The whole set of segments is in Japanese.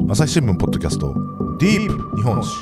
朝日新聞ポッドキャストディープ日本史。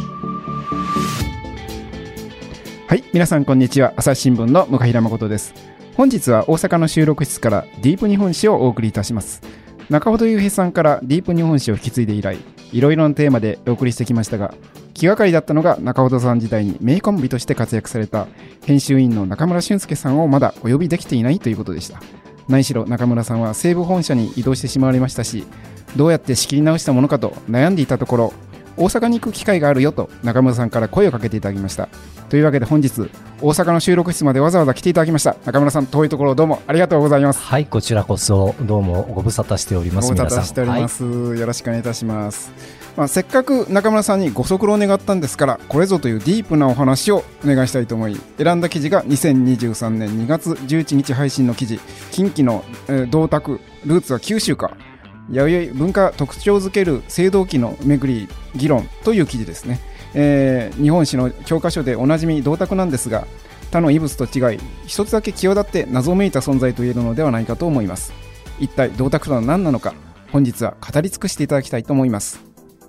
はい、皆さんこんにちは。朝日新聞の向平誠です。本日は大阪の収録室からディープ日本史をお送りいたします。中本雄平さんからディープ日本史を引き継いで以来、いろいろなテーマでお送りしてきましたが、気がかりだったのが中本さん時代に名コンビとして活躍された編集員の中村俊介さんをまだお呼びできていないということでした。何しろ中村さんは西武本社に移動してしまわれましたし、どうやって仕切り直したものかと悩んでいたところ、大阪に行く機会があるよと中村さんから声をかけていただきました。というわけで本日大阪の収録室までわざわざ来ていただきました。中村さん、遠いところどうもありがとうございます。 はい、こちらこそどうもご無沙汰しております。 ご無沙汰しております、はい、よろしくお願いいたします。せっかく中村さんにご足労願ったんですから、これぞというディープなお話をお願いしたいと思い、選んだ記事が2023年2月11日配信の記事、近畿の、銅鐸ルーツは九州か、弥生文化特徴づける青銅器の巡り議論という記事ですね。日本史の教科書でおなじみ銅鐸なんですが、他の遺物と違い一つだけ際立って謎めいた存在と言えるのではないかと思います。一体銅鐸とは何なのか、本日は語り尽くしていただきたいと思います。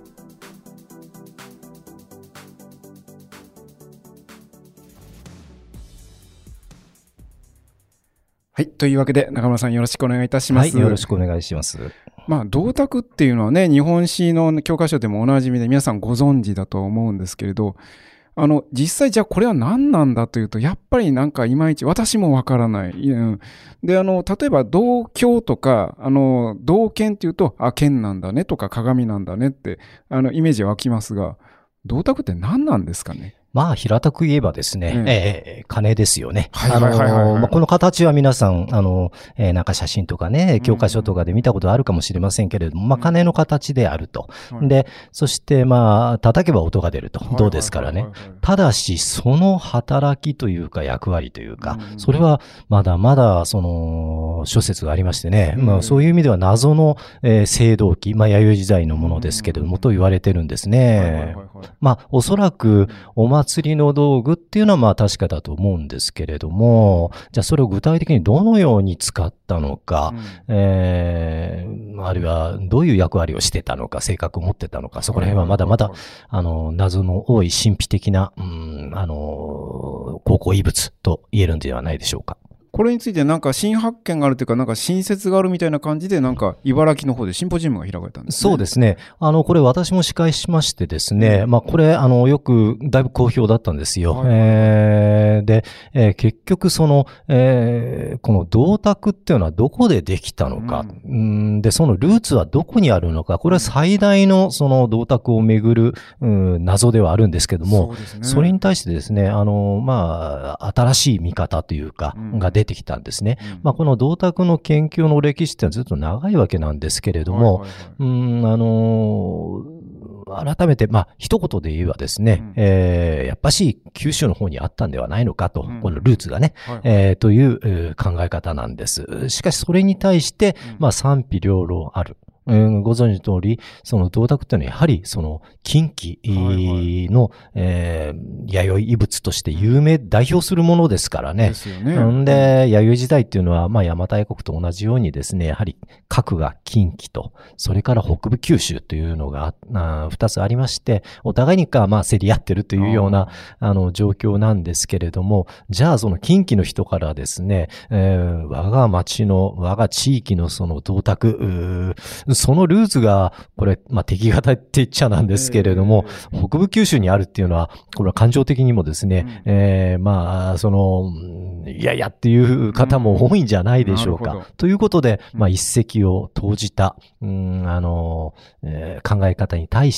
はい、というわけで中村さん、よろしくお願いいたします。 はい、よろしくお願いします。 銅鐸っていうのはね、日本史の教科書でもおなじみで皆さんご存知だと思うんですけれど、実際じゃあこれは何なんだというと、やっぱりなんかいまいち私もわからない。で、例えば銅鏡とか銅剣っていうと、剣なんだねとか鏡なんだねってイメージ湧きますが、銅鐸って何なんですかね。 平たく言えばですね、鐘ですよね。 この形は皆さん、なんか写真とかね、教科書とかで見たことあるかもしれませんけれども、鐘の形であると。で、そして、叩けば音が出ると。銅ですからね。ただし、その働きというか役割というか、それはまだまだ、諸説がありましてね、そういう意味では謎の、青銅器、弥生時代のものですけれども、と言われてるんですね。おそらく、お祭りの道具っていうのは確かだと思うんですけれども、じゃあそれを具体的にどのように使ったのか、あるいはどういう役割をしてたのか、性格を持ってたのか、そこら辺はまだまだ、謎の多い神秘的な、考古遺物と言えるんではないでしょうか。 これについてなんか新発見があるというか、なんか新説があるみたいな感じで、なんか茨城の方でシンポジウムが開かれたんですね。 そうですね。これ私も司会しましてですね、これ、よく、だいぶ好評だったんですよ。で、結局この銅鐸っていうのはどこでできたのか、で、そのルーツはどこにあるのか、これは最大のその銅鐸をめぐる、謎ではあるんですけども、それに対してですね、新しい見方というか、が出てきたんですね。この銅鐸の研究の歴史ってのはずっと長いわけなんですけれども、改めて、一言で言えばですね、やっぱし九州の方にあったんではないのかと、このルーツがね、という考え方なんです。しかしそれに対して、賛否両論ある。ご存知の通り、その銅鐸っていうのはやはりその近畿の、弥生遺物として代表するものですからね。 ですよね。 で、弥生時代っていうのは、邪馬台国と同じようにですね、やはり核が近畿と、それから北部九州というのが二つありまして、お互いに競り合ってるというような状況なんですけれども、じゃあその近畿の人からですね、我が町の、我が地域のその銅鐸、そのルーツが、これ、敵方って言っちゃなんですけれども、北部九州にあるっていうのは、これは感情的にもですね、いやいやっていう方も多いんじゃないでしょうか。ということで、一石を投じた、考え方に対して、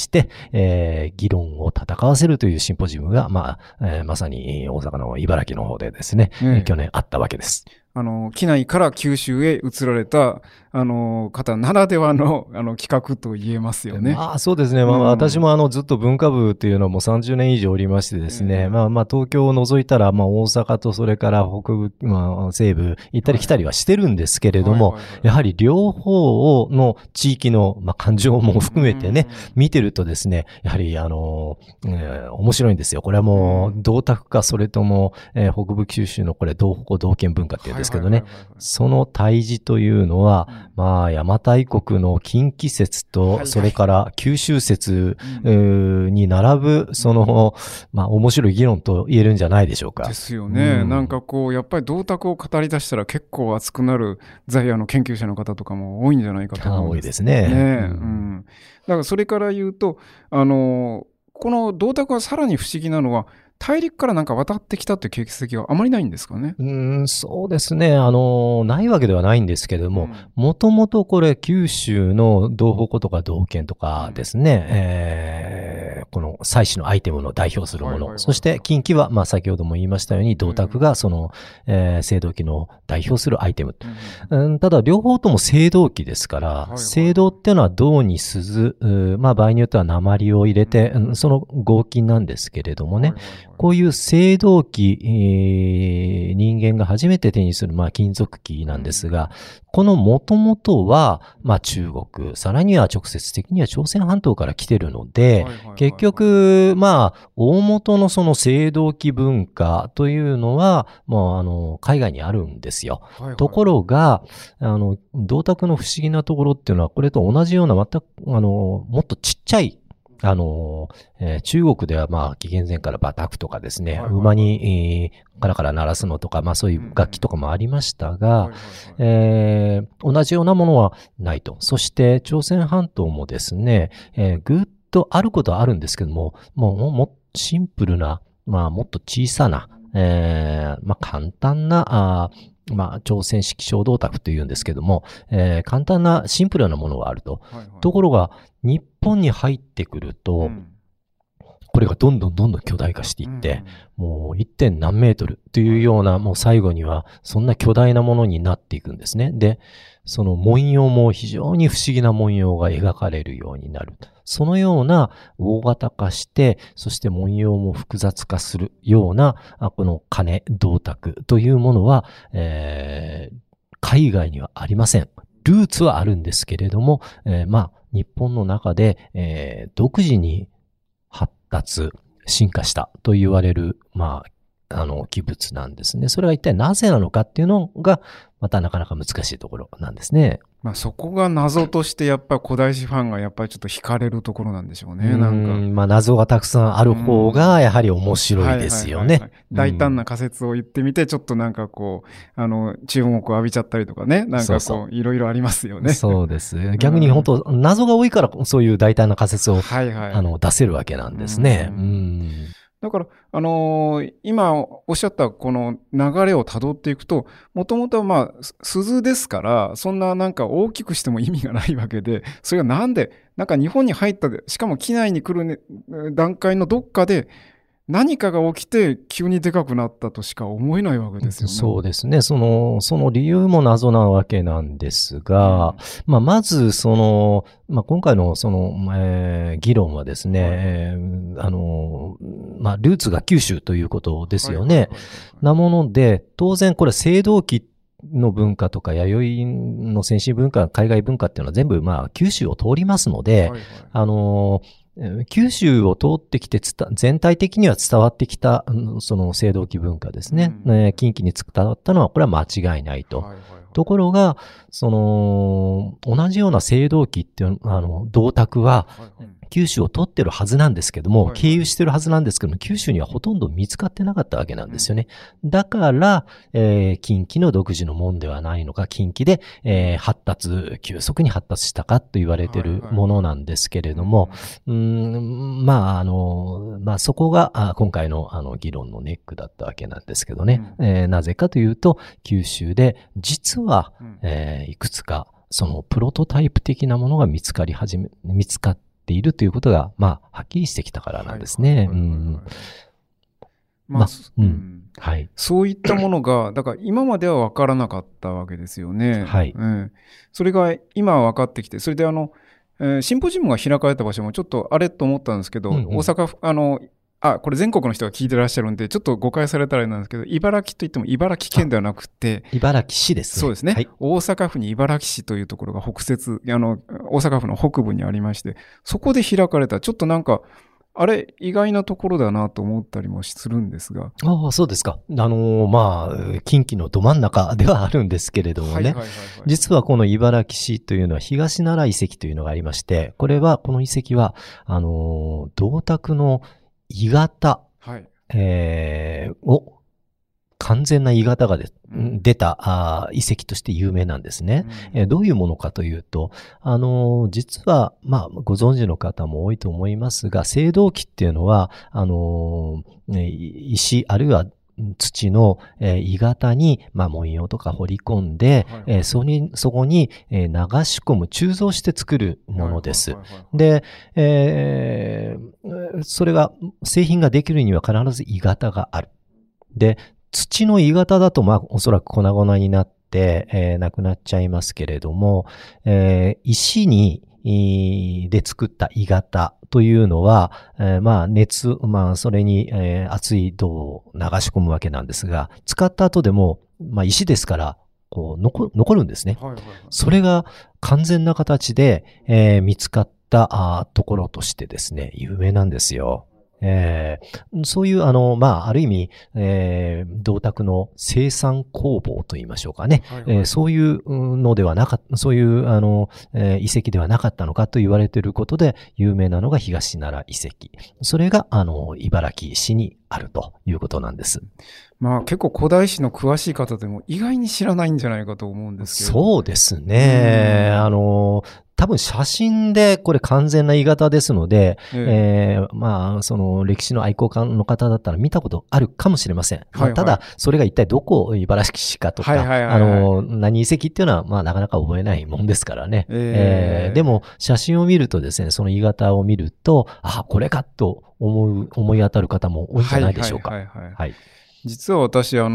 議論を戦わせるというシンポジウムが、まさに大阪の茨城の方でですね、去年あったわけです。 畿内から九州へ移られた方ならではの企画と言えますよね。 そうですね。私もずっと文化部というのも30年以上おりましてですね、東京を除いたら、大阪とそれから北部、西部行ったり来たりはしてるんですけれども、やはり両方の地域の、感情も含めてね、見てるとですね、やはり面白いんですよ。これはもう銅鐸か、それとも、北部九州のこれ銅剣文化っていうんですですけどね。その対峙というのは、まあ、邪馬台国の近畿説と、それから九州説に並ぶ、まあ、面白い議論と言えるんじゃないでしょうか。 ですよね。なんかこう、やっぱり銅鐸を語り出したら結構熱くなる研究者の方とかも多いんじゃないかと思うんですね。 多いですね。 だからそれから言うと、この銅鐸はさらに不思議なのは、大陸からなんか渡ってきたっていう形跡があまりないんですかね。 そうですね。ないわけではないんですけれども、もともとこれ九州の銅矛とか銅剣とかですね、この祭祀のアイテムの代表するもの、そして近畿は、まあ先ほども言いましたように銅鐸がその、青銅器の代表するアイテム。ただ両方とも青銅器ですから、青銅っていうのは銅に鈴、まあ場合によっては鉛を入れて、その合金なんですけれどもね、こういう青銅器、人間が初めて手にする、まあ、金属器なんですが、この元々は、まあ、中国、さらには直接的には朝鮮半島から来てるので、結局、まあ、大元のその青銅器文化というのは、もう、海外にあるんですよ。ところが、銅鐸の不思議なところっていうのは、これと同じような、全く、もっとちっちゃい、中国ではまあ紀元前から馬卓とかですね、馬に、カラカラ鳴らすのとか、まあそういう楽器とかもありましたが、同じようなものはないと。そして朝鮮半島もですね、ぐっとあることはあるんですけども、もっとシンプルな、まあもっと小さな、まあ簡単な、まあ、朝鮮式小銅鐸というんですけども、簡単なシンプルなものがあると。ところが、日本に入ってくると、これがどんどん巨大化していって、もう 1. 何メートルというような、もう最後にはそんな巨大なものになっていくんですね。で、その文様も非常に不思議な文様が描かれるようになる。そのような大型化して、そして文様も複雑化するような、この鐘、銅鐸というものは、海外にはありません。ルーツはあるんですけれども、まあ、日本の中で、独自に発達、進化したと言われる、まあ、器物なんですね。それが一体なぜなのかっていうのが、またなかなか難しいところなんですね。 まあそこが謎としてやっぱり古代史ファンがやっぱりちょっと惹かれるところなんでしょうね。なんか。 まあ謎がたくさんある方がやはり面白いですよね。 大胆な仮説を言ってみて、ちょっとなんかこう、注目を浴びちゃったりとかね。なんかこう、いろいろありますよね。 そうです。逆に本当、謎が多いからそういう大胆な仮説を、出せるわけなんですね。 だから、今おっしゃったこの流れをたどっていくと、もともとはまあ、鈴ですから、そんななんか大きくしても意味がないわけで、それがなんで、なんか日本に入ったで、しかも機内に来る、ね、段階のどっかで、何かが起きて急にでかくなったとしか思えないわけですよね。 そうですね。その理由も謎なわけなんですが、まず今回の議論はですね、ルーツが九州ということですよね。なもので、当然これ青銅器の文化とか弥生の先進文化、海外文化っていうのは全部九州を通りますので、九州を通ってきて全体的には伝わってきた、その青銅器文化ですね。近畿に伝わったのは、これは間違いないと。ところが、同じような青銅器っていう、銅鐸は、九州を取ってるはずなんですけども、経由してるはずなんですけども、九州にはほとんど見つかってなかったわけなんですよね。だから、近畿の独自のもんではないのか、近畿で、急速に発達したかと言われてるものなんですけれども、そこが今回の議論のネックだったわけなんですけどね。なぜかというと、九州で実は、いくつかそのプロトタイプ的なものが見つかっているということが、はっきりしてきたからなんですね。 そういったものが、だから今までは分からなかったわけですよね。それが今は分かってきて、それでシンポジウムが開かれた場所もちょっとあれと思ったんですけど、大阪これ全国の人が聞いてらっしゃるんで、ちょっと誤解されたらあれなんですけど、茨城といっても茨城県ではなくて、 茨城市ですね。 そうですね。大阪府に茨城市というところが大阪府の北部にありまして、そこで開かれた、ちょっとなんか、 あれ、意外なところだなと思ったりもするんですが。 ああ、そうですか。近畿のど真ん中ではあるんですけれどもね。実はこの茨城市というのは東奈良遺跡というのがありまして、この遺跡は、銅鐸の鋳型、を完全な鋳型が出た遺跡として有名なんですね。どういうものかというと、実は、ご存知の方も多いと思いますが、青銅器っていうのは、石、あるいは土の鋳型に、文様とか彫り込んで、そこに流し込む、鋳造して作るものです。で、それが、製品ができるには必ず鋳型がある。で、土の鋳型だと、おそらく粉々になって、なくなっちゃいますけれども、石で作った鋳型というのは、それに、熱い銅を流し込むわけなんですが、使った後でも、石ですから、残るんですね。それが完全な形で、見つかったところとしてですね、有名なんですよ。そういう、ある意味、銅鐸の生産工房と言いましょうかね。そういうのではなかった、そういう、遺跡ではなかったのかと言われていることで、有名なのが東奈良遺跡。それが、茨城市にあるということなんです。 結構古代史の詳しい方でも意外に知らないんじゃないかと思うんですけど。 そうですね。多分写真でこれ完全な鋳型ですので、その歴史の愛好家の方だったら見たことあるかもしれません。ただ、それが一体どこ、茨城市かとか、何遺跡っていうのは、なかなか覚えないもんですからね。でも、写真を見るとですね、その鋳型を見ると、これかと思い当たる方も多いんじゃないでしょうか。 実は私、妻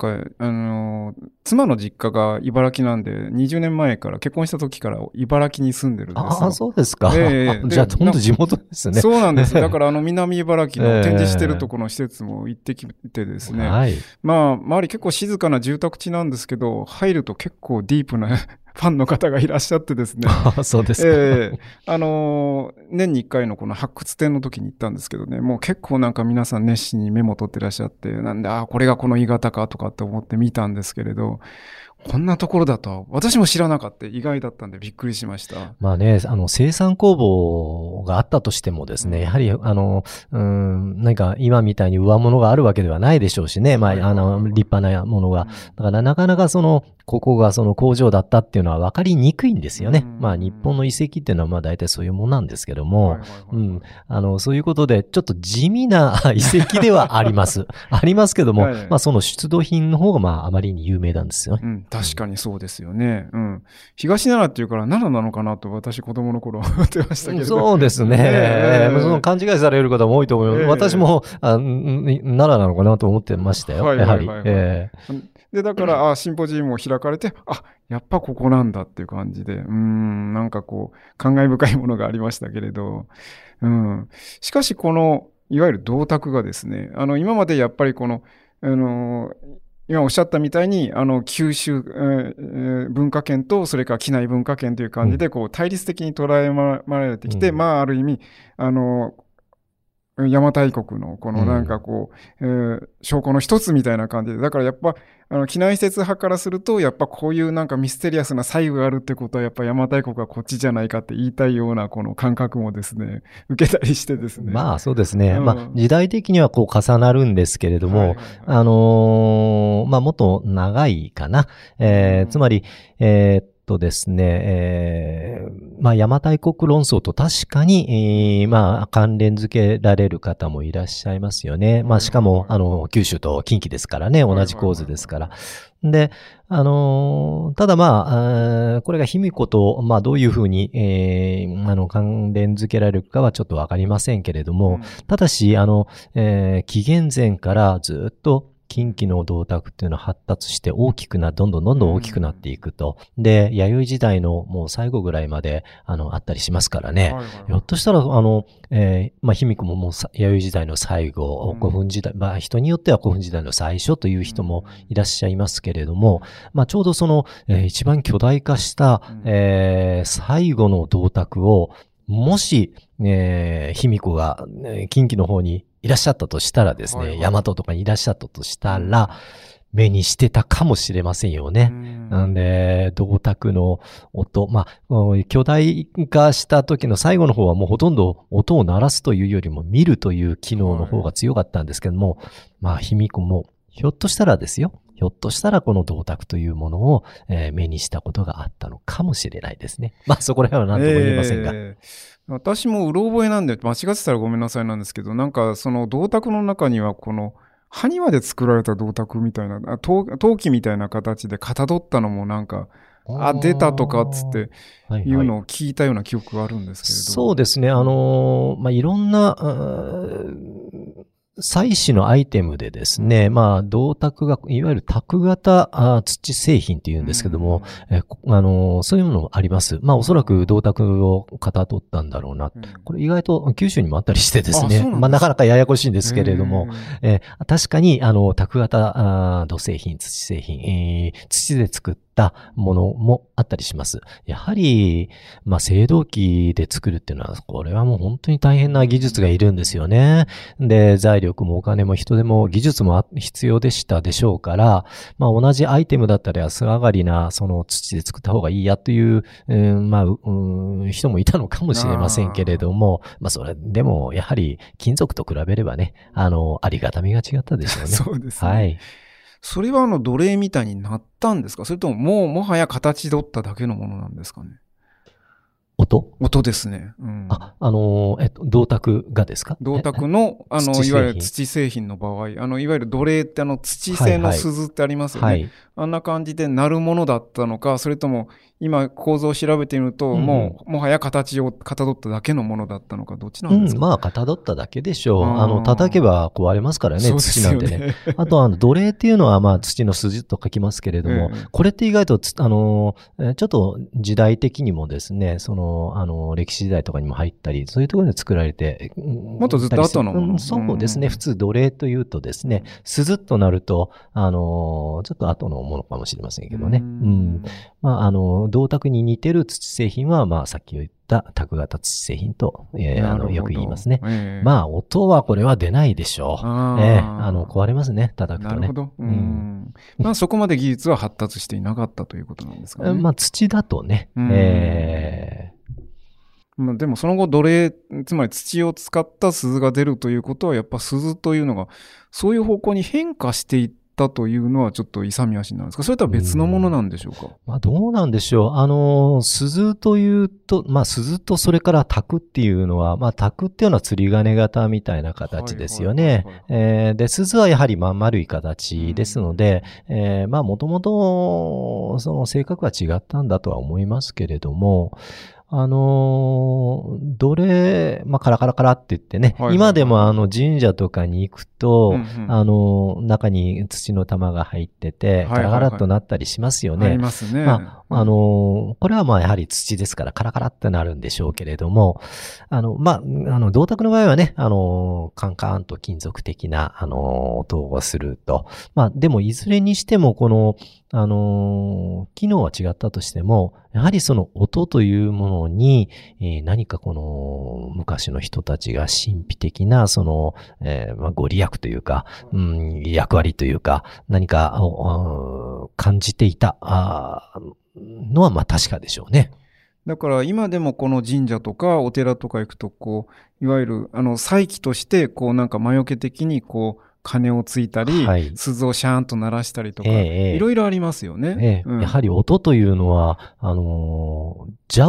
の実家が茨城なんで、20年前から、結婚した時から茨城に住んでるんですよ。 そうですか。じゃあ、ほんと地元ですね。 そうなんです。だから、南茨城の展示してるところの施設も行ってきてですね。周り結構静かな住宅地なんですけど、入ると結構ディープなファンの方がいらっしゃってですね。 そうですか。 年に1回のこの発掘展の時に行ったんですけどね、もう結構皆さん熱心にメモ取ってらっしゃって、なんで、これがこの鋳型かとかって思って見たんですけれど、こんなところだとは私も知らなかった。意外だったんでびっくりしました。 生産工房があったとしてもですね、やはり、何か今みたいに上物があるわけではないでしょうしね、立派なものが。だからなかなかここがその工場だったっていうのは分かりにくいんですよね。日本の遺跡っていうのは大体そういうものなんですけども、そういうことでちょっと地味な遺跡ではあります。ありますけども、その出土品の方があまりに有名なんですよね。 確かにそうですよね。東奈良っていうから奈良なのかなと私子供の頃思ってましたけど。 そうですね。その勘違いされる方も多いと思います。私も奈良なのかなと思ってましたよ。やはり。 で、だから、シンポジウムを開かれて、やっぱここなんだっていう感じで、感慨深いものがありましたけれど、しかしいわゆる銅鐸がですね、今までやっぱり今おっしゃったみたいに、九州、文化圏と、それから畿内文化圏という感じで、対立的に捉えられてきて、ある意味、邪馬台国の証拠の一つみたいな感じで、だからやっぱ畿内説派からするとやっぱこういうミステリアスな細部があるってことはやっぱ邪馬台国はこっちじゃないかって言いたいようなこの感覚もですね受けたりしてですね。 そうですね。時代的には重なるんですけれども、もっと長いかな。つまりですね、邪馬台国論争と確かに、関連づけられる方もいらっしゃいますよね。しかも、九州と近畿ですからね、同じ構図ですから。で、ただこれが卑弥呼と、どういうふうに、関連づけられるかはちょっとわかりませんけれども、ただし、紀元前からずっと、近畿の銅鐸っていうのは発達してどんどん大きくなっていくと。で、弥生時代のもう最後ぐらいまで、あったりしますからね。ひょっとしたら、卑弥呼ももう弥生時代の最後、古墳時代、人によっては古墳時代の最初という人もいらっしゃいますけれども、ちょうど一番巨大化した、最後の銅鐸を、 もし、卑弥呼が、近畿の方にいらっしゃったとしたらですね、 はいはい大和とかにいらっしゃったとしたら、目にしてたかもしれませんよね。なんで、銅鐸の音、巨大化した時の最後の方はもうほとんど音を鳴らすというよりも見るという機能の方が強かったんですけども、卑弥呼もひょっとしたらですよ、ひょっとしたらこの銅鐸というものを、目にしたことがあったのかもしれないですね。そこら辺は何とも言えませんが。 私もうろ覚えなんで間違ってたらごめんなさいなんですけど、なんかその銅鐸の中にはこの埴輪で作られた銅鐸みたいな、陶器みたいな形でかたどったのもなんか、出たとかっつっていうのを聞いたような記憶があるんですけれど。 そうですね。いろんな、祭祀のアイテムでですね、銅鐸が、いわゆる鐸型土製品っていうんですけども、そういうものもあります。おそらく銅鐸をかたどったんだろうな。これ意外と九州にもあったりしてですね、なかなかややこしいんですけれども、確かに、鐸型土製品、土製品、土で作ったものもあったりします。やはり、青銅器で作るっていうのは、これはもう本当に大変な技術がいるんですよね。で、財力もお金も人手も技術も必要でしたでしょうから、同じアイテムだったら安上がりな、その土で作った方がいいやという、人もいたのかもしれませんけれども、それでもやはり金属と比べればね、ありがたみが違ったでしょうね。 そうですね。 はい。 それは奴隷みたいになったんですか？それとももはや形取っただけのものなんですかね？音ですね。 銅鐸がですか？ 銅鐸の、いわゆる土製品の場合、いわゆる奴隷って土製の鈴ってありますよね。はいはい、あんな感じで鳴るものだったのか、それとも今構造を調べてみると、もはや形をかたどっただけのものだったのか、どっちなんですか？ かたどっただけでしょう。叩けば壊れますからね、土なんでね。あと奴隷っていうのは土の筋と書きますけれども、これって意外とちょっと時代的にもですね、歴史時代とかにも入ったり、そういうところで作られて、 もっとずっと後のもの。 そうですね。普通奴隷というとですね、鈴となると、ちょっと後のものかもしれませんけどね。銅鐸に似てる土製品は、さっき言った鐸型土製品と、よく言いますね。音はこれは出ないでしょう。壊れますね、叩くとね。 なるほど。そこまで技術は発達していなかったということなんですかね。 土だとね。 でもその後奴隷、つまり土を使った鈴が出るということは、やっぱ鈴というのが、そういう方向に変化していったというのはちょっと勇み足なんですか？それとは別のものなんでしょうか？ どうなんでしょう。鈴というと、鈴とそれから鐸っていうのは、鐸っていうのは釣り鐘型みたいな形ですよね。で、鈴はやはり丸い形ですので、もともと、その性格は違ったんだとは思いますけれども、奴隷、カラカラカラって言ってね、今でも神社とかに行くと、中に土の玉が入ってて、カラカラっとなったりしますよね。 ありますね。 これはやはり土ですからカラカラってなるんでしょうけれども、銅鐸の場合はね、カンカンと金属的な、音をすると。でもいずれにしても、この、機能は違ったとしても、やはりその音というものに、何かこの昔の人たちが神秘的なその、ご利益というか、役割というか、何か感じていたのは確かでしょうね。 だから今でもこの神社とかお寺とか行くと、こういわゆる祭器としてこうなんか魔除け的にこう鐘をついたり、鈴をシャーンと鳴らしたりとか、いろいろありますよね。 やはり音というのは、蛇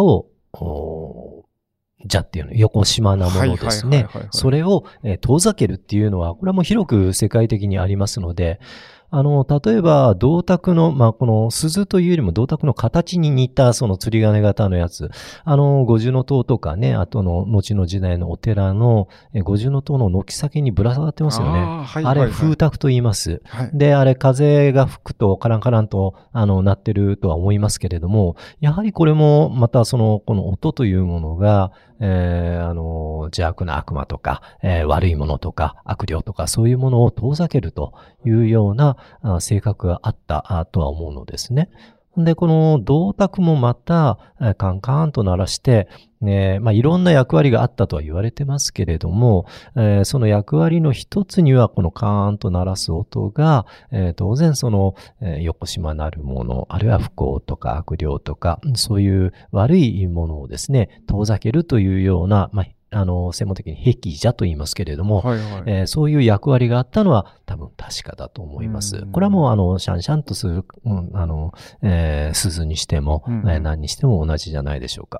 っていうの、横島なものですね。それを遠ざけるっていうのは、これはもう広く世界的にありますので、例えば、銅鐸の、この鈴というよりも銅鐸の形に似た、その釣り鐘型のやつ。五重塔とかね、後の、後の時代のお寺の、五重塔の軒先にぶら下がってますよね。あれ、風鐸と言います。で、あれ、風が吹くと、カランカランと、鳴ってるとは思いますけれども、やはりこれも、また、この音というものが、邪悪な悪魔とか、悪いものとか、悪霊とか、そういうものを遠ざけるというような性格があったとは思うのですね。 で、この銅鐸もまた、カンカンと鳴らして、いろんな役割があったとは言われてますけれども、その役割の一つには、このカーンと鳴らす音が、当然その、横島なるもの、あるいは不幸とか悪霊とか、そういう悪いものをですね、遠ざけるというような、専門的に辟邪と言いますけれども、そういう役割があったのは多分確かだと思います。これはもうシャンシャンとする、鈴にしても、何にしても同じじゃないでしょうか。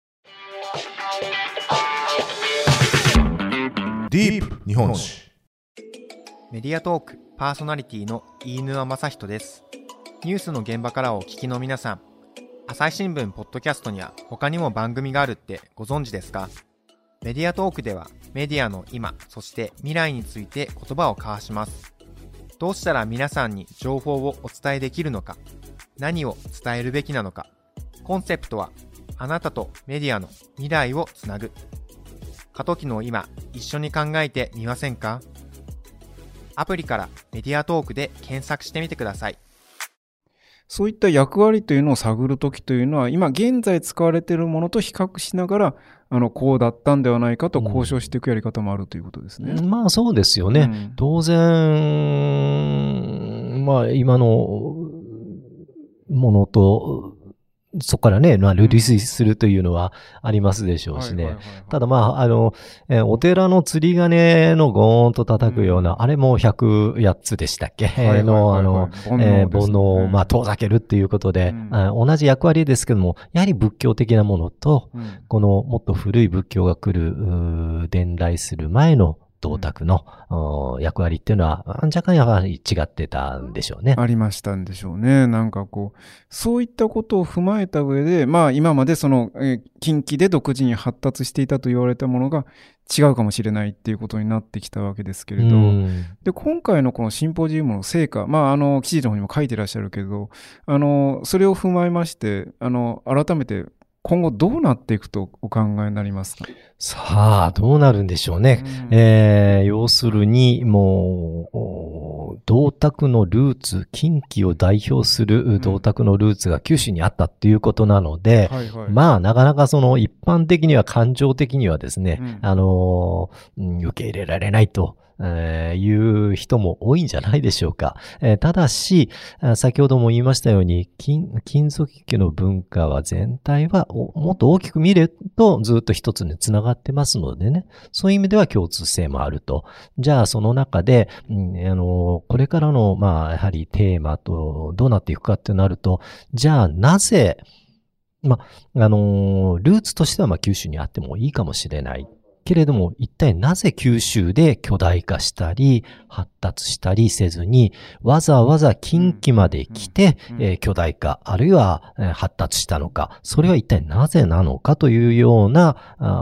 ディープ日本史。 メディアトークパーソナリティの飯沼正人です。ニュースの現場からお聞きの皆さん、朝日新聞ポッドキャストには他にも番組があるってご存知ですか？メディアトークではメディアの今、そして未来について言葉を交わします。どうしたら皆さんに情報をお伝えできるのか、何を伝えるべきなのか。コンセプトはあなたとメディアの未来をつなぐ。過渡期の今、一緒に考えてみませんか？アプリからメディアトークで検索してみてください。 そういった役割というのを探るときというのは、今現在使われているものと比較しながら、こうだったんではないかと交渉していくやり方もあるということですね。 そうですよね。当然、今のものと、そこからね、類推するというのはありますでしょうしね。ただお寺の釣り鐘のゴーンと叩くような、あれも108つでしたっけ煩悩を遠ざけるっていうことで、同じ役割ですけども、やはり仏教的なものと、このもっと古い仏教が来る、伝来する前の銅鐸の役割っていうのは若干やはり違ってたんでしょうね。 ありましたんでしょうね。そういったことを踏まえた上で、今までその、近畿で独自に発達していたと言われたものが違うかもしれないっていうことになってきたわけですけれど、で、今回のこのシンポジウムの成果、記事の方にも書いてらっしゃるけど、それを踏まえまして、改めて今後どうなっていくとお考えになりますか？ さあ、どうなるんでしょうね。要するに、もう、銅鐸のルーツ、近畿を代表する銅鐸のルーツが九州にあったっていうことなので、なかなかその一般的には感情的にはですね、受け入れられないと。いう人も多いんじゃないでしょうか。ただし、先ほども言いましたように、金属器の文化は全体はもっと大きく見るとずっと一つにつながってますのでね、そういう意味では共通性もあると。じゃあその中で、これからのやはりテーマとどうなっていくかってなると、じゃあなぜ、ルーツとしては九州にあってもいいかもしれない。けれども、一体なぜ九州で巨大化したり、発達したりせずに、わざわざ近畿まで来て、巨大化、あるいは発達したのか、それは一体なぜなのかというような、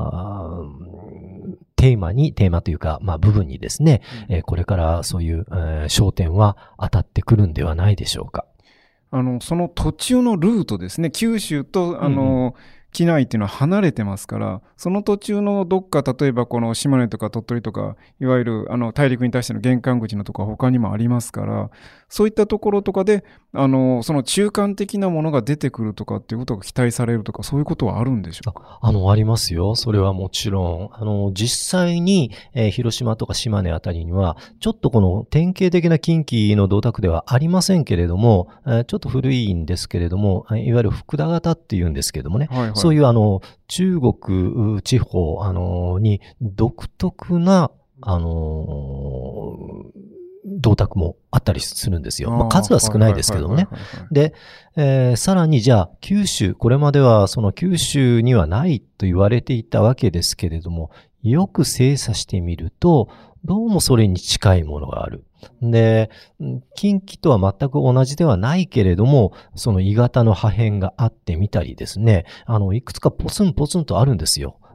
テーマというか、部分にですね、これからそういう、焦点は当たってくるんではないでしょうか。 その途中のルートですね、九州と、機内っていうのは離れてますから、その途中のどっか、例えばこの島根とか鳥取とか、いわゆる大陸に対しての玄関口のところは他にもありますから、そういったところとかで、その中間的なものが出てくるとかっていうことが期待されるとか、そういうことはあるんでしょうか？ ありますよ。それはもちろん。実際に、広島とか島根あたりには、ちょっとこの典型的な近畿の銅鐸ではありませんけれども、ちょっと古いんですけれども、いわゆる福田型っていうんですけどもね、そういう中国地方、に独特な、銅鐸もあったりするんですよ。数は少ないですけどもね。で、さらにじゃあ九州、これまではその九州にはないと言われていたわけですけれども、よく精査してみると、どうもそれに近いものがある。で、近畿とは全く同じではないけれども、その鋳型の破片があってみたりですね、いくつかポツンポツンとあるんですよ。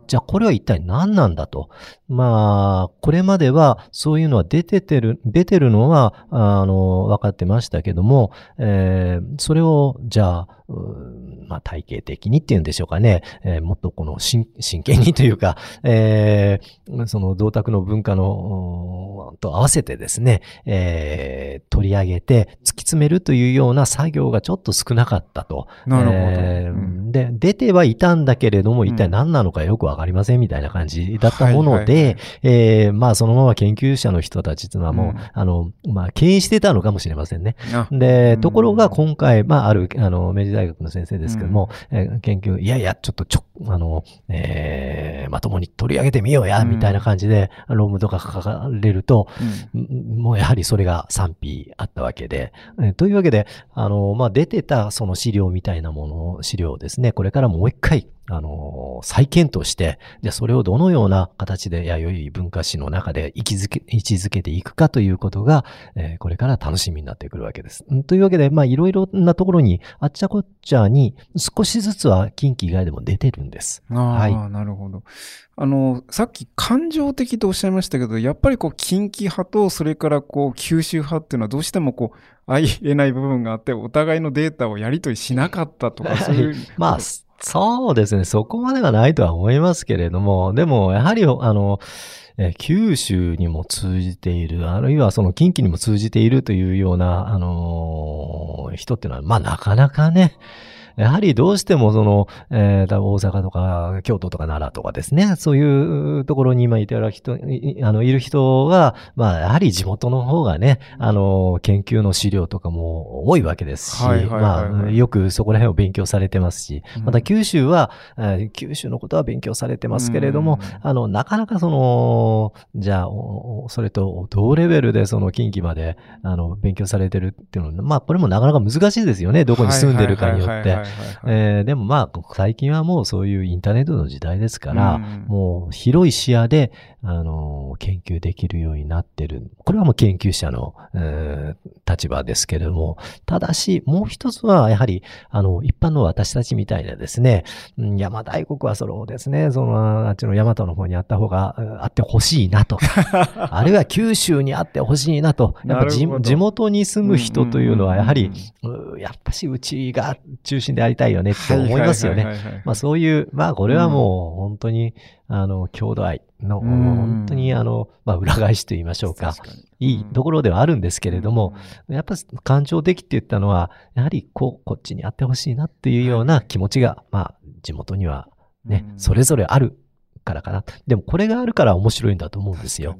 じゃあこれは一体何なんだと。まあ、これまではそういうのは出てるのは、分かってましたけども、それを、じゃあ、まあ、体系的にっていうんでしょうかね、もっとこの真剣にというか、その銅鐸の文化のと合わせてですね、取り上げて突き詰めるというような作業がちょっと少なかったと。 なるほど。 で、出てはいたんだけれども、一体何なのかよくわかりませんみたいな感じだったもので、まあ、そのまま研究者の人たちというのはもう、まあ、敬遠してたのかもしれませんね。で、ところが今回、まあ、ある、明治大学の先生ですけども、研究、いやいや、ちょっとまともに取り上げてみようや、みたいな感じで、論文とか書かれると、もうやはりそれが賛否あったわけで、というわけで、まあ、出てたその資料みたいな資料をですね、これからもう一回、再検討して、じゃあそれをどのような形で弥生文化史の中で位置づけていくかということが、これから楽しみになってくるわけです。というわけで、まあいろいろなところに、あっちゃこっちゃに少しずつは近畿以外でも出てるんです。 はい。なるほど。さっき感情的とおっしゃいましたけど、やっぱりこう近畿派とそれからこう九州派っていうのはどうしてもこう相入れない部分があって、お互いのデータをやり取りしなかったとか、そういう。 まあそうですね。そこまではないとは思いますけれども、でも、やはり、九州にも通じている、あるいはその近畿にも通じているというような、人っていうのは、まあ、なかなかね、やはりどうしてもその、大阪とか京都とか奈良とかですね、そういうところに今いる人が、まあやはり地元の方がね、研究の資料とかも多いわけですし、まあよくそこら辺を勉強されてますし、また九州は、九州のことは勉強されてますけれども、なかなかその、じゃあ、それと同レベルでその近畿まで、勉強されてるっていうのは、まあこれもなかなか難しいですよね、どこに住んでるかによって。でもまあ最近はもうそういうインターネットの時代ですから、もう広い視野で研究できるようになってる。これはもう研究者の、立場ですけれども、ただしもう一つはやはり一般の私たちみたいなですね、邪馬台国はそうですね、あっちの大和の方にあった方があってほしいなと、あるいは九州にあってほしいなと、やっぱ地元に住む人というのはやはりやっぱしうちが中心でありたいよねって思いますよね。まあそういう、まあこれはもう本当に、郷土愛の、本当にまあ裏返しと言いましょうか。いいところではあるんですけれども、やっぱ感情的って言ったのは、やはりこっちにあってほしいなっていうような気持ちが、まあ地元にはね、それぞれあるからかな。でもこれがあるから面白いんだと思うんですよ。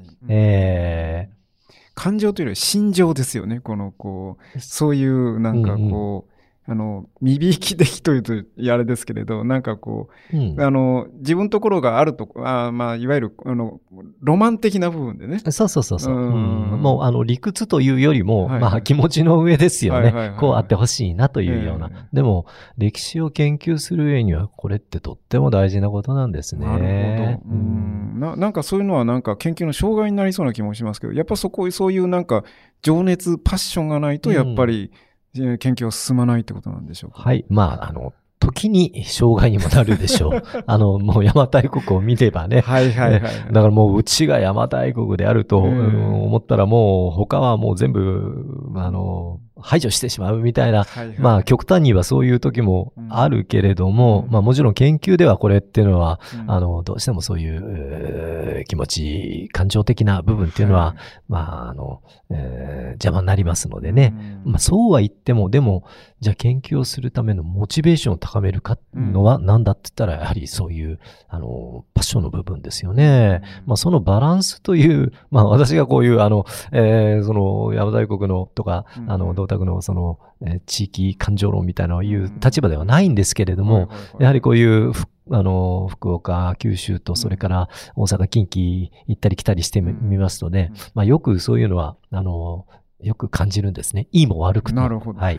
感情というより心情ですよね。そういうなんか未びいき的というとあれですけれど、なんか自分のところがあると、まあいわゆるロマン的な部分でね。 そう。もう理屈というよりも、まあ気持ちの上ですよね。こうあってほしいなというような。でも歴史を研究する上にはこれってとっても大事なことなんですね。 なるほど。なんかそういうのはなんか研究の障害になりそうな気もしますけど、やっぱそういうなんか情熱、パッションがないとやっぱり、研究は進まないってことなんでしょうか。 はい。まあ、時に障害にもなるでしょう。もう邪馬台国を見ればね。だからもううちが邪馬台国であると思ったらもう他はもう全部、排除してしまうみたいな、まあ極端にはそういう時もあるけれども、まあもちろん研究ではこれっていうのは、どうしてもそういう気持ち、感情的な部分っていうのは、まあ邪魔になりますのでね。まあそうは言っても、でも、じゃあ研究をするためのモチベーションを高めるかのは何だって言ったら、やはりそういう、パッションの部分ですよね。まあそのバランスという、まあ私がこういう、その邪馬台国のとか、銅鐸のその、地域感情論みたいなのを言う立場ではないんですけれども、やはりこういう福岡、九州とそれから大阪、近畿行ったり来たりしてみますとね、まあよくそういうのは、よく感じるんですね。いいも悪くて。 なるほど。 はい。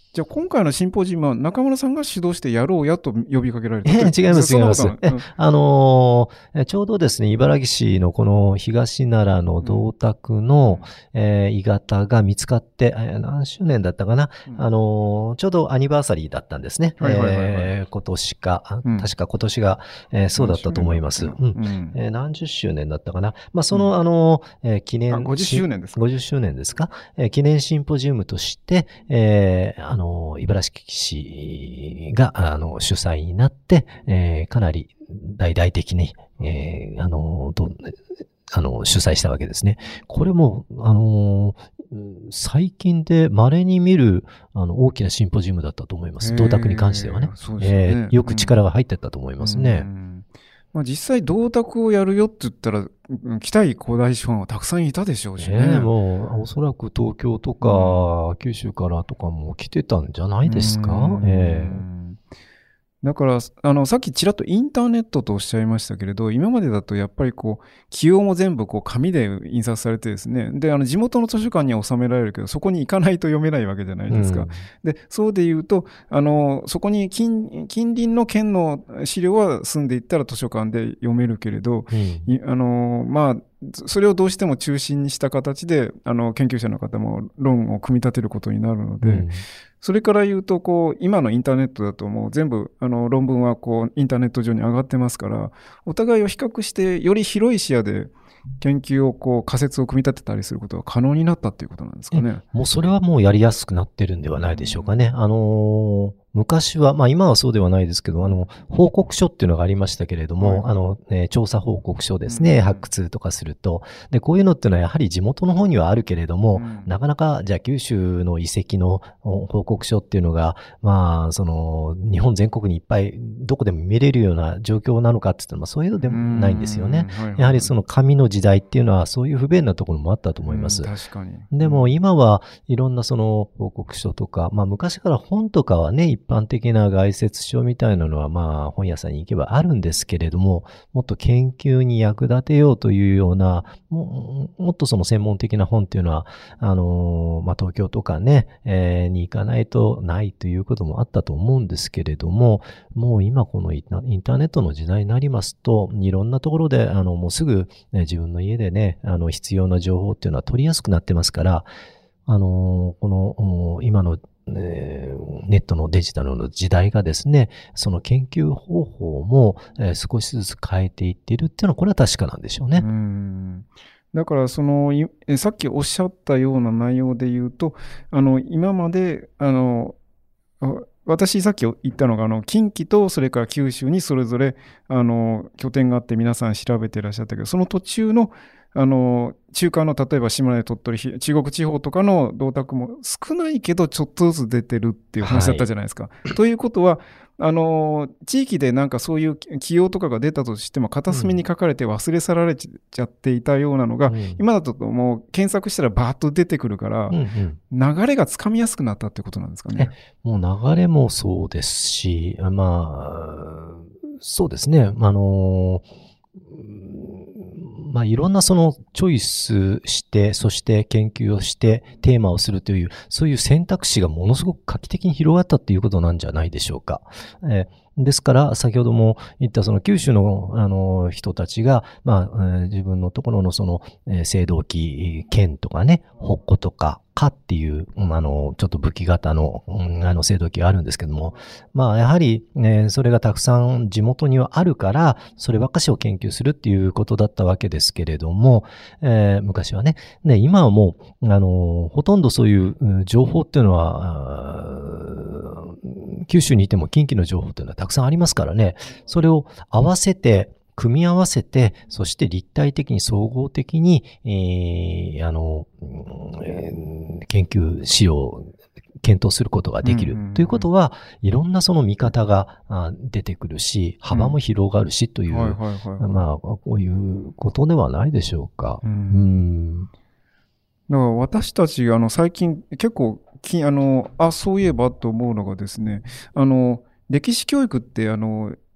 じゃあ今回のシンポジウムは中村さんが主導してやろうやと呼びかけられた。 違います、違います。 そんなことはないちょうどですね、茨城市のこの東奈良の銅鐸の、鋳型が見つかって、何周年だったかな、ちょうどアニバーサリーだったんですね。今年か、確か今年が、そうだったと思います。何十周年だったかな。まあ、その、記念、 50周年ですか。 50周年ですか。記念シンポジウムとして、茨城市が、主催になって、かなり大々的に、主催したわけですね。これも、最近で稀に見る、大きなシンポジウムだったと思います。銅鐸に関してはね。よく力が入ってったと思いますね。 まあ、実際銅鐸をやるよって言ったら、来たい古代資本はたくさんいたでしょうしね。 もう、おそらく東京とか、九州からとかも来てたんじゃないですか。 だから、さっきちらっとインターネットとおっしゃいましたけれど、今までだとやっぱり起用も全部紙で印刷されてですね、で、地元の図書館には収められるけど、そこに行かないと読めないわけじゃないですか。で、そうで言うと、そこに近隣の県の資料は住んでいったら図書館で読めるけれど、まあ、それをどうしても中心にした形で、研究者の方も論を組み立てることになるので、それから言うと、今のインターネットだともう全部、論文はインターネット上に上がってますから、お互いを比較して、より広い視野で研究を仮説を組み立てたりすることが可能になったっていうことなんですかね。 もうそれはもうやりやすくなってるんではないでしょうかね。昔は、まあ今はそうではないですけど、報告書っていうのがありましたけれども、調査報告書ですね、発掘とかすると。で、こういうのっていうのはやはり地元の方にはあるけれども、なかなか、じゃあ九州の遺跡の報告書っていうのが、まあ、日本全国にいっぱい、どこでも見れるような状況なのかって言ったら、まあそういうのでもないんですよね。やはり紙の時代っていうのは、そういう不便なところもあったと思います。 確かに。 でも今はいろんな報告書とか、まあ昔から本とかはね、一般的な概説書みたいなのはまあ本屋さんに行けばあるんですけれども、もっと研究に役立てようというような、もっと専門的な本っていうのは、まあ東京とかね、に行かないとないということもあったと思うんですけれども、もう今このインターネットの時代になりますと、いろんなところで、もうすぐ、自分の家でね、必要な情報っていうのは取りやすくなってますから、この、今の、ネットのデジタルの時代がですね、その研究方法も、少しずつ変えていっているっていうのは、これは確かなんでしょうね。 だからさっきおっしゃったような内容で言うと、今まで、私さっき言ったのが、近畿とそれから九州にそれぞれ、拠点があって皆さん調べていらっしゃったけど、その途中の、中間の例えば島根、鳥取、中国地方とかの銅鐸も少ないけどちょっとずつ出てるっていう話だったじゃないですか。ということは、地域でなんかそういう起用とかが出たとしても片隅に書かれて忘れ去られちゃっていたようなのが、今だともう検索したらバーッと出てくるから、流れがつかみやすくなったってことなんですかね。 もう流れもそうですし、まあ、そうですね。まあ、いろんなチョイスして、そして研究をして、テーマをするという、そういう選択肢がものすごく画期的に広がったっていうことなんじゃないでしょうか。ですから、先ほども言った九州の、人たちが、まあ、自分のところの青銅器、剣とかね、北古とか、っていう、ちょっと武器型の、青銅器があるんですけども、まあ、やはり、それがたくさん地元にはあるから、そればっかしを研究するっていうことだったわけですけれども、昔はね、今はもう、ほとんどそういう情報っていうのは、九州にいても近畿の情報っていうのはたくさんありますからね、それを合わせて、組み合わせて、そして立体的に総合的に、研究しよう、検討することができる。ということは、いろんな見方が出てくるし、幅も広がるしという、まあ、こういうことではないでしょうか。だから私たち、最近結構、そういえばと思うのがですね、歴史教育って、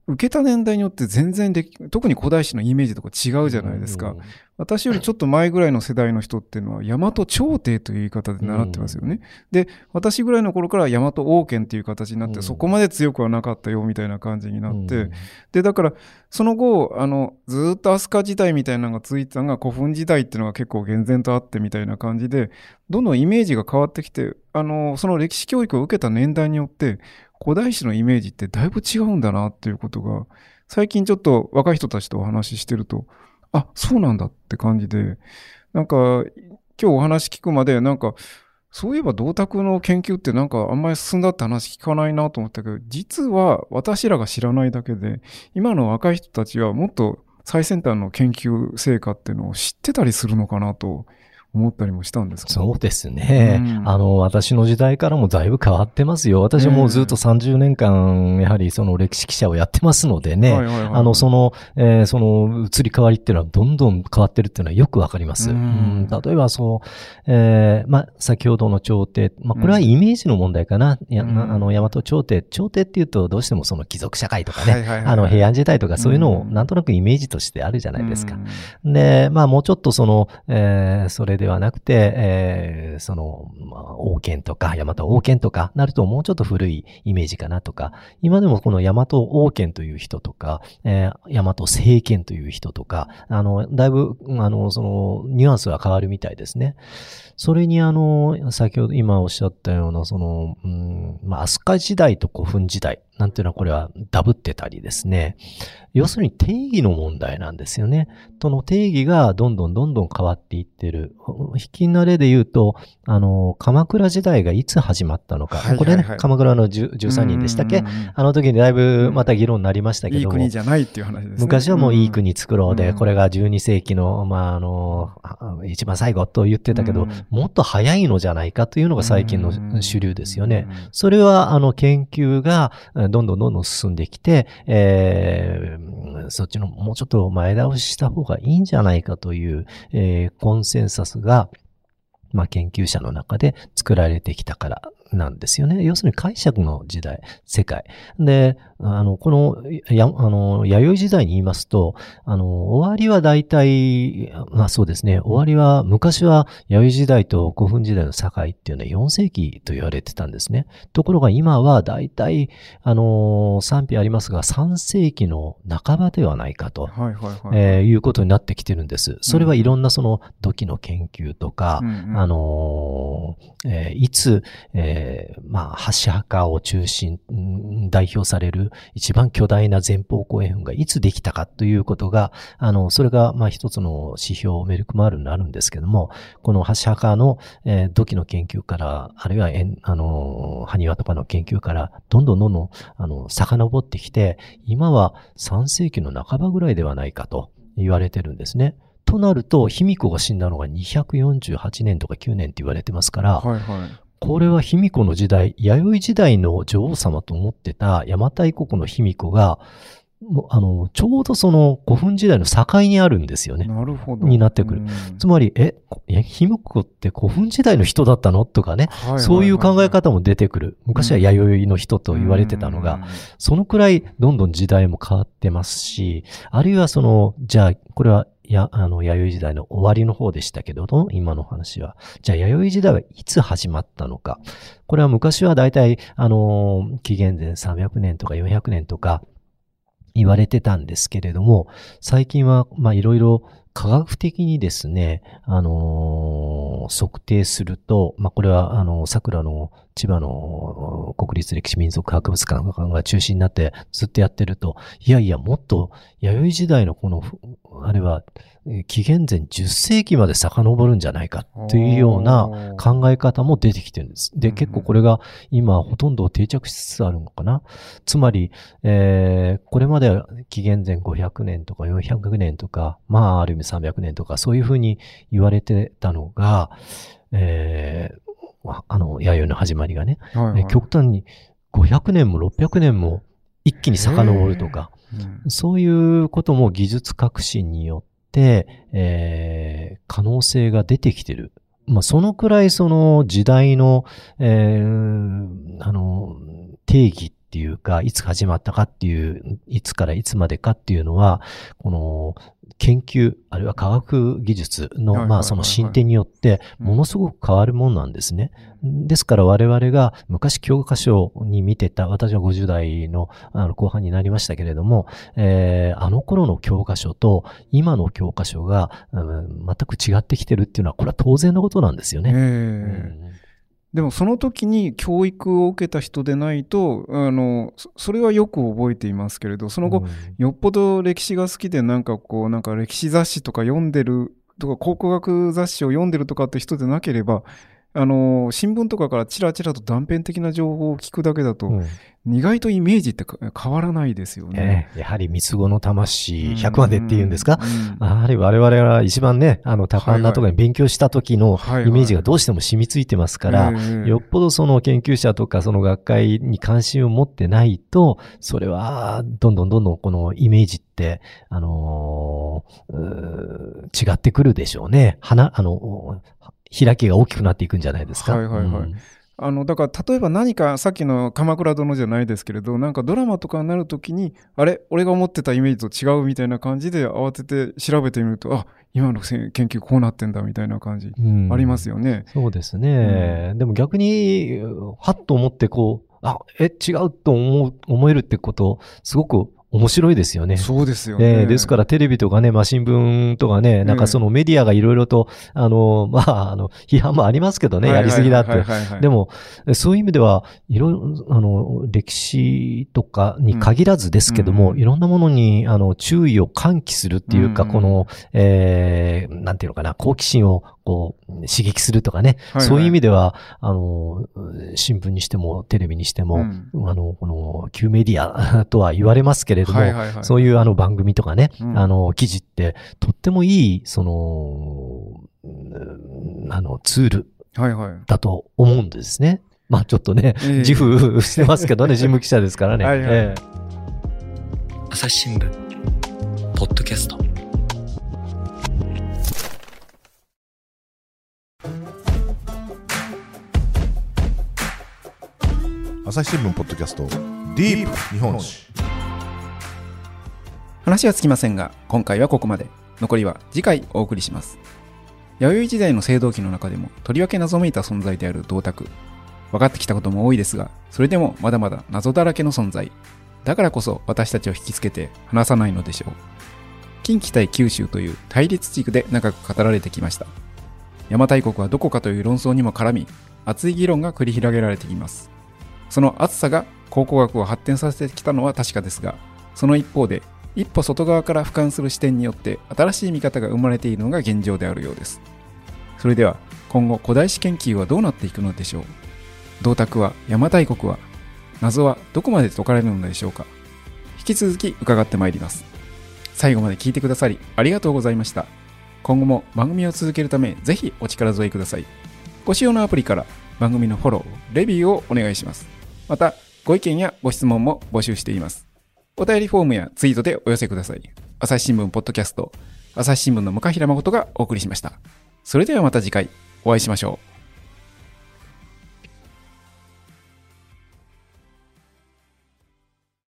受けた年代によって全然特に古代史のイメージとか違うじゃないですか。私よりちょっと前ぐらいの世代の人っていうのは、大和朝廷という言い方で習ってますよね。で、私ぐらいの頃から大和王権っていう形になって、そこまで強くはなかったよみたいな感じになって、で、だから、その後、ずっと飛鳥時代みたいなのが続いてたのが、古墳時代っていうのが結構厳然とあってみたいな感じで、どんどんイメージが変わってきて、その歴史教育を受けた年代によって、古代史のイメージってだいぶ違うんだなっていうことが、最近ちょっと若い人たちとお話ししてると、あ、そうなんだって感じで、なんか、今日お話聞くまで、なんか、そういえば銅鐸の研究ってなんかあんまり進んだって話聞かないなと思ったけど、実は私らが知らないだけで、今の若い人たちはもっと最先端の研究成果っていうのを知ってたりするのかなと思ったりもしたんですか？ そうですね。私の時代からもだいぶ変わってますよ。私はもうずっと30年間、やはりその歴史記者をやってますのでね、その移り変わりっていうのはどんどん変わってるっていうのはよくわかります。例えば先ほどの朝廷、これはイメージの問題かな。大和朝廷っていうとどうしてもその貴族社会とかね、平安時代とかそういうのをなんとなくイメージとしてあるじゃないですか。で、もうちょっとそれではなくて、王権とか、大和王権とかなるともうちょっと古いイメージかなとか、今でもこの大和王権という人とか、大和政権という人とか、だいぶ、ニュアンスは変わるみたいですね。それに先ほど今おっしゃったような、飛鳥時代と古墳時代なんていうのはこれはダブってたりですね。要するに定義の問題なんですよね。その定義がどんどん変わっていってる。引き慣れで言うと、鎌倉時代がいつ始まったのか。これね、鎌倉の13人でしたっけ？あの時にだいぶまた議論になりましたけども。 いい国じゃないっていう話ですね。 昔はもういい国作ろうで、これが12世紀の、一番最後と言ってたけど、もっと早いのじゃないかというのが最近の主流ですよね。それは、研究がどんどん進んできて、そっちのもうちょっと前倒しした方がいいんじゃないかという、コンセンサスが、研究者の中で作られてきたからなんですよね。要するに解釈の時代、世界。で、この、弥生時代に言いますと、終わりは大体、そうですね、終わりは、昔は弥生時代と古墳時代の境っていうのは4世紀と言われてたんですね。ところが今は大体、賛否ありますが、3世紀の半ばではないかと、いうことになってきてるんです。それはいろんな土器の研究とか、いつ、箸墓を中心、代表される一番巨大な前方後円墳がいつできたかということが、それが一つの指標、メルクマールになるんですけども、この箸墓の、土器の研究から、あるいは埴輪とかの研究から、どんどん遡ってきて、今は3世紀の半ばぐらいではないかと言われてるんですね。となると、卑弥呼が死んだのが248年とか9年って言われてますから、これは卑弥呼の時代、弥生時代の女王様と思ってた邪馬台国の卑弥呼が、ちょうど古墳時代の境にあるんですよね。 なるほど。 になってくる。つまり、卑弥呼って古墳時代の人だったのとかね、そういう考え方も出てくる。昔は弥生の人と言われてたのが、そのくらいどんどん時代も変わってますし、あるいはじゃあ、これは弥生時代の終わりの方でしたけど、今の話は。じゃあ、弥生時代はいつ始まったのか。これは昔はだいたい、紀元前300年とか400年とか言われてたんですけれども、最近はいろいろ科学的にですね、測定すると、これは、桜の千葉の国立歴史民族博物館が中心になってずっとやってると、いやいや、もっと弥生時代のあれは、紀元前10世紀まで遡るんじゃないかというような考え方も出てきてるんです。で、結構これが今ほとんど定着しつつあるのかな。つまり、これまでは紀元前500年とか400年とか、ある意味300年とか、そういうふうに言われてたのが、弥生の始まりがね、極端に500年も600年も一気に遡るとか、そういうことも技術革新によって、可能性が出てきてる。そのくらい時代の、定義ってっていうか、いつ始まったかっていう、いつからいつまでかっていうのは、この研究、あるいは科学技術の、その進展によって、ものすごく変わるもんなんですね。ですから我々が昔教科書に見てた、私は50代の後半になりましたけれども、あの頃の教科書と今の教科書が、全く違ってきてるっていうのは、これは当然のことなんですよね。 でもその時に教育を受けた人でないと、それはよく覚えていますけれど、その後、よっぽど歴史が好きでなんか歴史雑誌とか読んでるとか、考古学雑誌を読んでるとかって人でなければ、新聞とかからチラチラと断片的な情報を聞くだけだと、意外とイメージって変わらないですよね。 やはり三つ子の魂100までっていうんですか、やはり我々は一番ね、多感なところに勉強した時のイメージがどうしても染みついてますから、よっぽどその研究者とかその学会に関心を持ってないと、それはどんどんこのイメージって、違ってくるでしょうね。開きが大きくなっていくんじゃないですか。 だから例えば何かさっきの鎌倉殿じゃないですけれど、なんかドラマとかになるときに、あれ俺が思ってたイメージと違うみたいな感じで慌てて調べてみると、あ、今の研究こうなってんだみたいな感じありますよね。 そうですね。でも逆にはっと思って違うと思えるってこと、すごく面白いですよね。 そうですよね。 ですからテレビとかね、新聞とかね、なんかそのメディアがいろいろと、批判もありますけどね、やりすぎだって。でも、そういう意味では、いろいろ、歴史とかに限らずですけども、いろんなものに、注意を喚起するっていうか、この、なんていうのかな、好奇心を刺激するとかね、そういう意味では、新聞にしても、テレビにしても、この、旧メディアとは言われますけれども、そういう番組とかね、記事って、とってもいい、ツールだと思うんですね。ちょっとね、自負してますけどね、事務記者ですからね。 朝日新聞、ポッドキャスト。 朝日新聞ポッドキャストディープ日本史。 話はつきませんが、今回はここまで。残りは次回お送りします。弥生時代の青銅器の中でもとりわけ謎めいた存在である銅鐸。分かってきたことも多いですが、それでもまだまだ謎だらけの存在。だからこそ私たちを引きつけて離さないのでしょう。近畿対九州という対立地区で長く語られてきました。邪馬台国はどこかという論争にも絡み、熱い議論が繰り広げられています。その熱さが考古学を発展させてきたのは確かですが、その一方で一歩外側から俯瞰する視点によって新しい見方が生まれているのが現状であるようです。それでは今後古代史研究はどうなっていくのでしょう。銅鐸は、邪馬台国は、謎はどこまで解かれるのでしょうか。引き続き伺ってまいります。最後まで聞いてくださりありがとうございました。今後も番組を続けるためぜひお力添えください。ご使用のアプリから番組のフォロー、レビューをお願いします。またご意見やご質問も募集しています。お便りフォームやツイートでお寄せください。朝日新聞ポッドキャスト、朝日新聞の向平誠がお送りしました。それではまた次回お会いしましょう。